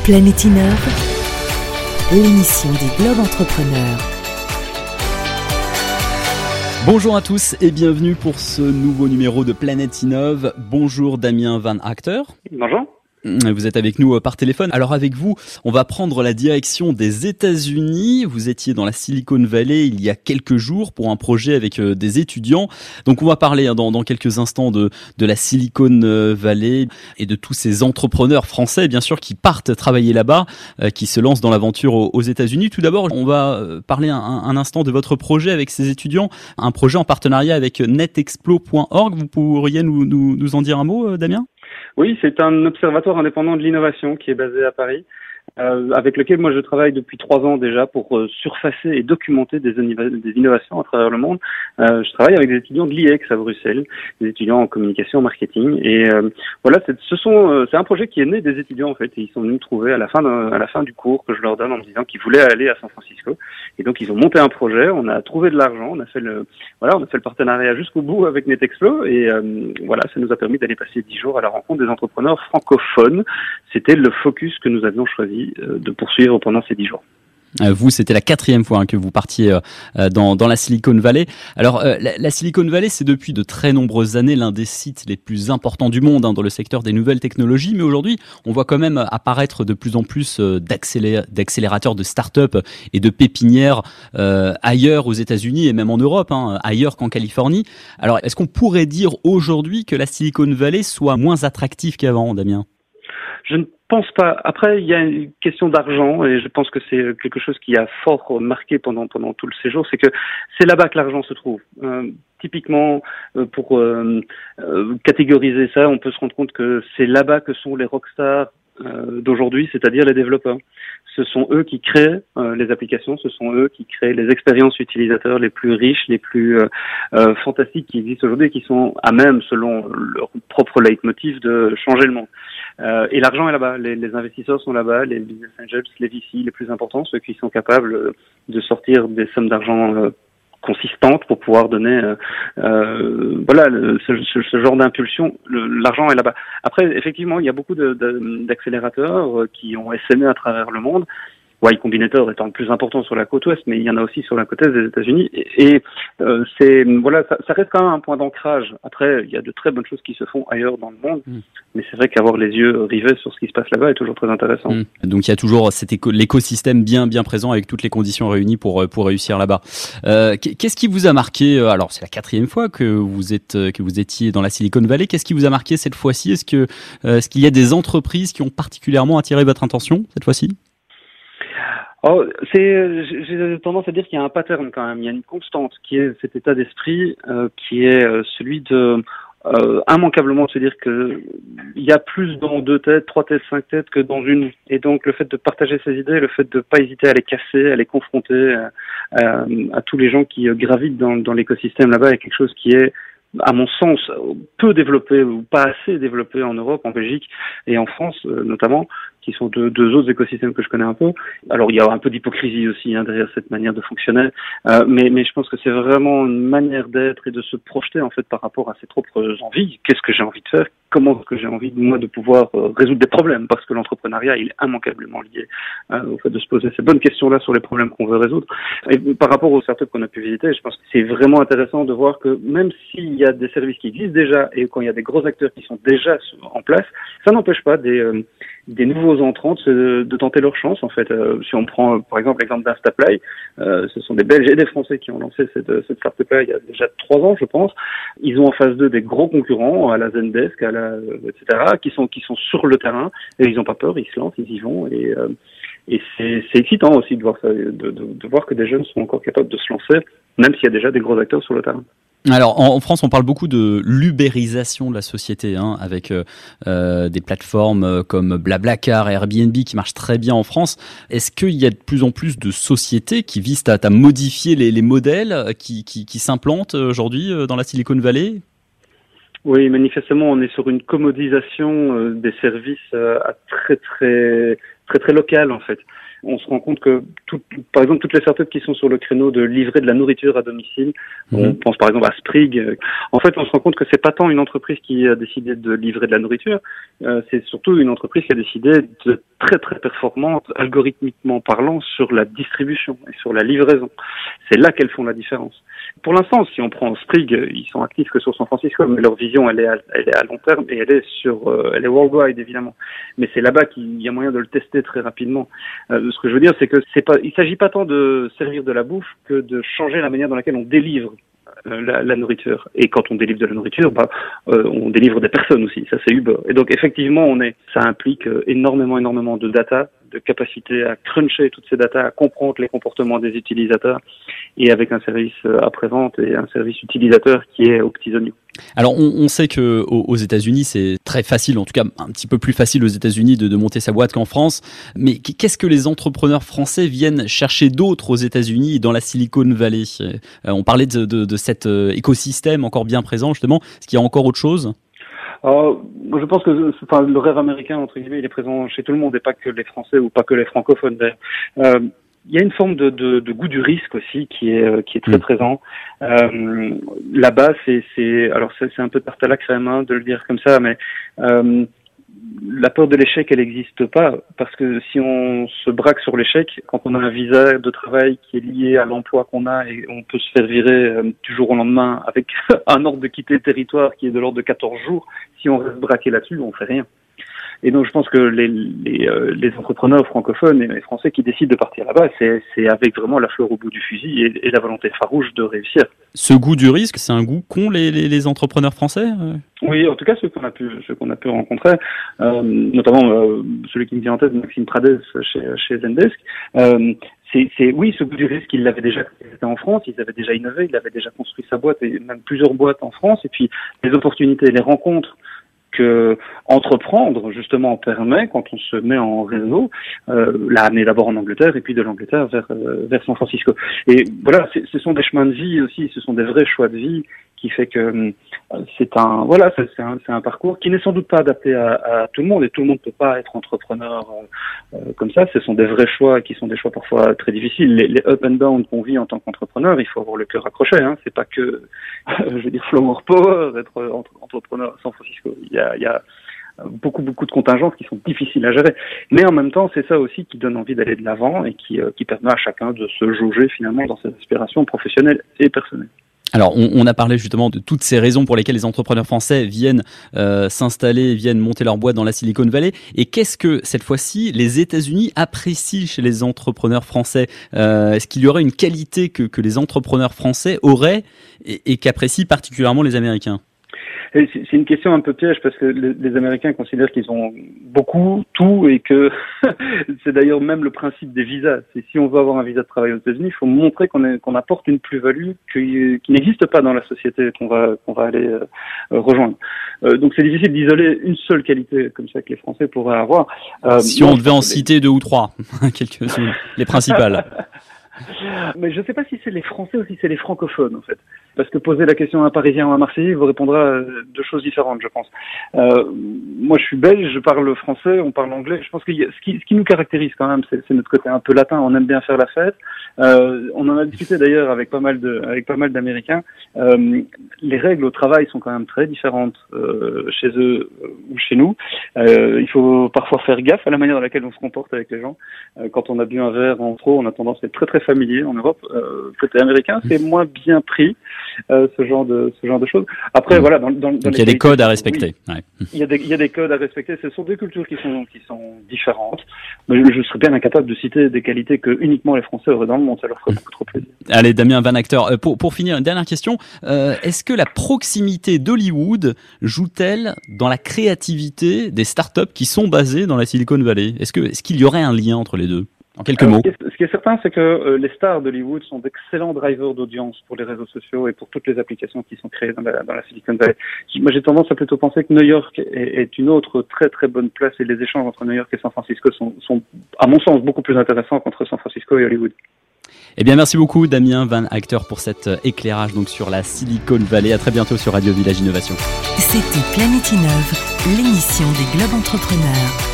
Planète Innove, l'émission des Globes Entrepreneurs. Bonjour à tous et bienvenue pour ce nouveau numéro de Planète Innove. Bonjour Damien Van Acter. Bonjour. Vous êtes avec nous par téléphone. Alors avec vous, on va prendre la direction des États-Unis. Vous étiez dans la Silicon Valley il y a quelques jours pour un projet avec des étudiants. Donc on va parler dans quelques instants de la Silicon Valley et de tous ces entrepreneurs français, bien sûr, qui partent travailler là-bas, qui se lancent dans l'aventure aux États-Unis. Tout d'abord, on va parler un instant de votre projet avec ces étudiants, un projet en partenariat avec netexplo.org. Vous pourriez nous en dire un mot, Damien ? Oui, c'est un observatoire indépendant de l'innovation qui est basé à Paris, avec lequel moi je travaille depuis 3 ans déjà pour surfacer et documenter des innovations à travers le monde. Je travaille avec des étudiants de l'IEX à Bruxelles, des étudiants en communication, marketing, et voilà, c'est un projet qui est né des étudiants en fait, et ils sont venus me trouver à la fin du cours que je leur donne en me disant qu'ils voulaient aller à San Francisco, et donc ils ont monté un projet, on a trouvé de l'argent, on a fait le partenariat jusqu'au bout avec NetExplo, et voilà, ça nous a permis d'aller passer 10 jours à la rencontre des entrepreneurs francophones. C'était le focus que nous avions choisi de poursuivre pendant ces 10 jours. Vous, c'était la 4e fois que vous partiez dans la Silicon Valley. Alors, la Silicon Valley, c'est depuis de très nombreuses années l'un des sites les plus importants du monde dans le secteur des nouvelles technologies. Mais aujourd'hui, on voit quand même apparaître de plus en plus d'accélérateurs de start-up et de pépinières ailleurs aux États-Unis et même en Europe, ailleurs qu'en Californie. Alors, est-ce qu'on pourrait dire aujourd'hui que la Silicon Valley soit moins attractive qu'avant, Damien ? Je ne pense pas. Après, il y a une question d'argent et je pense que c'est quelque chose qui a fort marqué pendant tout le séjour, c'est que c'est là-bas que l'argent se trouve. Typiquement, pour catégoriser ça, on peut se rendre compte que c'est là-bas que sont les rockstars d'aujourd'hui, c'est-à-dire les développeurs. Ce sont eux qui créent les applications, ce sont eux qui créent les expériences utilisateurs les plus riches, les plus fantastiques qui existent aujourd'hui et qui sont à même, selon leur propre leitmotiv, de changer le monde. Et l'argent est là-bas, les investisseurs sont là-bas, les business angels, les VC les plus importants, ceux qui sont capables de sortir des sommes d'argent consistantes pour pouvoir donner ce genre d'impulsion. L'argent est là-bas. Après, effectivement, il y a beaucoup d'accélérateurs qui ont essaimé à travers le monde. Y Combinator étant le plus important sur la côte ouest, mais il y en a aussi sur la côte est des États-Unis. Et ça reste quand même un point d'ancrage. Après, il y a de très bonnes choses qui se font ailleurs dans le monde, mais c'est vrai qu'avoir les yeux rivés sur ce qui se passe là-bas est toujours très intéressant. Donc il y a toujours l'écosystème bien présent avec toutes les conditions réunies pour réussir là-bas. Qu'est-ce qui vous a marqué ? Alors c'est la 4e fois que vous étiez dans la Silicon Valley. Qu'est-ce qui vous a marqué cette fois-ci ? Est-ce qu'il y a des entreprises qui ont particulièrement attiré votre attention cette fois-ci ? J'ai tendance à dire qu'il y a un pattern quand même, il y a une constante qui est cet état d'esprit qui est celui de immanquablement de se dire que il y a plus dans 2 têtes, 3 têtes, 5 têtes que dans une. Et donc le fait de partager ses idées, le fait de pas hésiter à les casser, à les confronter à tous les gens qui gravitent dans l'écosystème là-bas est quelque chose qui est, à mon sens, peu développé ou pas assez développé en Europe, en Belgique et en France notamment, qui sont deux autres écosystèmes que je connais un peu. Alors il y a un peu d'hypocrisie aussi derrière cette manière de fonctionner, mais je pense que c'est vraiment une manière d'être et de se projeter en fait par rapport à ses propres envies. Qu'est-ce que j'ai envie de faire ? Comment est-ce que j'ai envie moi de pouvoir résoudre des problèmes ? Parce que l'entrepreneuriat il est immanquablement lié au fait de se poser ces bonnes questions-là sur les problèmes qu'on veut résoudre. Et par rapport aux startups qu'on a pu visiter, je pense que c'est vraiment intéressant de voir que même s'il y a des services qui existent déjà et quand il y a des gros acteurs qui sont déjà en place, ça n'empêche pas des nouveaux entrants de tenter leur chance en fait. Si on prend par exemple l'exemple d'Instaplay, ce sont des Belges et des Français qui ont lancé cette startup-là il y a déjà 3 ans je pense. Ils ont en face d'eux des gros concurrents à la Zendesk, etc. qui sont sur le terrain et ils n'ont pas peur, ils se lancent, ils y vont et c'est excitant aussi de voir ça, de voir que des jeunes sont encore capables de se lancer même s'il y a déjà des gros acteurs sur le terrain. Alors en France, on parle beaucoup de l'ubérisation de la société, avec des plateformes comme Blablacar et Airbnb qui marchent très bien en France. Est-ce qu'il y a de plus en plus de sociétés qui visent à modifier les modèles qui s'implantent aujourd'hui dans la Silicon Valley ? Oui, manifestement, on est sur une commodisation des services à très très très très locale en fait. on se rend compte que par exemple, toutes les startups qui sont sur le créneau de livrer de la nourriture à domicile, on pense par exemple à Sprig. En fait, on se rend compte que c'est pas tant une entreprise qui a décidé de livrer de la nourriture, c'est surtout une entreprise qui a décidé de très très performante, algorithmiquement parlant, sur la distribution et sur la livraison. C'est là qu'elles font la différence. Pour l'instant, si on prend Sprig, ils sont actifs que sur San Francisco, mais leur vision, elle est à long terme et elle est worldwide évidemment. Mais c'est là-bas qu'il y a moyen de le tester très rapidement. Ce que je veux dire, c'est que il s'agit pas tant de servir de la bouffe que de changer la manière dans laquelle on délivre la nourriture. Et quand on délivre de la nourriture, on délivre des personnes aussi. Ça, c'est Uber. Et donc, effectivement, ça implique énormément de data, de capacité à cruncher toutes ces data, à comprendre les comportements des utilisateurs, et avec un service après-vente et un service utilisateur qui est aux petits oignons. Alors, on sait que aux États-Unis, c'est très facile, en tout cas un petit peu plus facile aux États-Unis de monter sa boîte qu'en France. Mais qu'est-ce que les entrepreneurs français viennent chercher d'autre aux États-Unis, dans la Silicon Valley? On parlait de cet écosystème encore bien présent, justement. Est-ce qu'il y a encore autre chose? Je pense que le rêve américain, entre guillemets, il est présent chez tout le monde, et pas que les Français ou pas que les francophones. Il y a une forme de goût du risque aussi qui est très présent. Là-bas, c'est un peu tarte à la crème, hein, de le dire comme ça, mais la peur de l'échec, elle n'existe pas, parce que si on se braque sur l'échec, quand on a un visa de travail qui est lié à l'emploi qu'on a, et on peut se faire virer du jour au lendemain avec un ordre de quitter le territoire qui est de l'ordre de 14 jours, si on reste braqué là-dessus, on fait rien. Et donc, je pense que les entrepreneurs francophones et français qui décident de partir là-bas, c'est avec vraiment la fleur au bout du fusil et la volonté farouche de réussir. Ce goût du risque, c'est un goût qu'ont les entrepreneurs français? Oui, en tout cas, ceux qu'on a pu rencontrer, notamment celui qui me vient en tête, Maxime Pradès chez Zendesk. Oui, ce goût du risque, il l'avait déjà quand il était en France, ils avaient déjà innové, il avait déjà construit sa boîte et même plusieurs boîtes en France. Et puis, les opportunités, les rencontres que entreprendre justement permet, quand on se met en réseau, l'a amené d'abord en Angleterre et puis de l'Angleterre vers San Francisco. Et voilà, ce sont des chemins de vie aussi, ce sont des vrais choix de vie qui fait que c'est un parcours qui n'est sans doute pas adapté à tout le monde, et tout le monde ne peut pas être entrepreneur comme ça. Ce sont des vrais choix qui sont des choix parfois très difficiles. Les up and down qu'on vit en tant qu'entrepreneur, il faut avoir le cœur accroché, hein. C'est pas que flower power, être entrepreneur à San Francisco. Il y a beaucoup de contingences qui sont difficiles à gérer. Mais en même temps, c'est ça aussi qui donne envie d'aller de l'avant et qui permet à chacun de se jauger finalement dans ses aspirations professionnelles et personnelles. Alors, on a parlé justement de toutes ces raisons pour lesquelles les entrepreneurs français viennent s'installer, viennent monter leur boîte dans la Silicon Valley. Et qu'est-ce que, cette fois-ci, les États-Unis apprécient chez les entrepreneurs français? Est-ce qu'il y aurait une qualité que les entrepreneurs français auraient et qu'apprécient particulièrement les Américains? C'est une question un peu piège, parce que les Américains considèrent qu'ils ont beaucoup, tout, et que c'est d'ailleurs même le principe des visas. C'est si on veut avoir un visa de travail aux États-Unis, il faut montrer qu'on apporte une plus-value qui n'existe pas dans la société qu'on va aller rejoindre. Donc c'est difficile d'isoler une seule qualité comme ça que les Français pourraient avoir. Si on devait en citer deux ou trois, quelques-unes, les principales. Mais je ne sais pas si c'est les Français ou si c'est les francophones, en fait. Parce que poser la question à un Parisien ou à un Marseillais, il vous répondra deux choses différentes, je pense. Moi, je suis belge, je parle français, on parle anglais. Je pense que ce qui nous caractérise quand même, c'est notre côté un peu latin. On aime bien faire la fête. On en a discuté d'ailleurs avec pas mal d'Américains. Les règles au travail sont quand même très différentes chez eux ou chez nous. Il faut parfois faire gaffe à la manière dans laquelle on se comporte avec les gens. Quand on a bu un verre en trop, on a tendance à être très très familier en Europe. Côté américain, c'est moins bien pris, ce genre de choses. Après, voilà, donc il y a des codes à respecter. Oui, ouais. Il y a des codes à respecter. Ce sont des cultures qui sont différentes. Mais je serais bien incapable de citer des qualités que uniquement les Français auraient dans le monde. Ça leur ferait beaucoup trop plaisir. Allez, Damien Van Acteur, pour finir, une dernière question. Est-ce que la proximité d'Hollywood joue-t-elle dans la créativité des startups qui sont basées dans la Silicon Valley? Est-ce qu'il y aurait un lien entre les deux? En quelques mots. Ce qui est certain, c'est que les stars d'Hollywood sont d'excellents drivers d'audience pour les réseaux sociaux et pour toutes les applications qui sont créées dans la Silicon Valley. Moi, j'ai tendance à plutôt penser que New York est une autre très très bonne place, et les échanges entre New York et San Francisco sont à mon sens, beaucoup plus intéressants qu'entre San Francisco et Hollywood. Eh bien, merci beaucoup, Damien Van Acteur, pour cet éclairage donc sur la Silicon Valley. À très bientôt sur Radio Village Innovation. C'était Planète Innove, l'émission des Globes Entrepreneurs.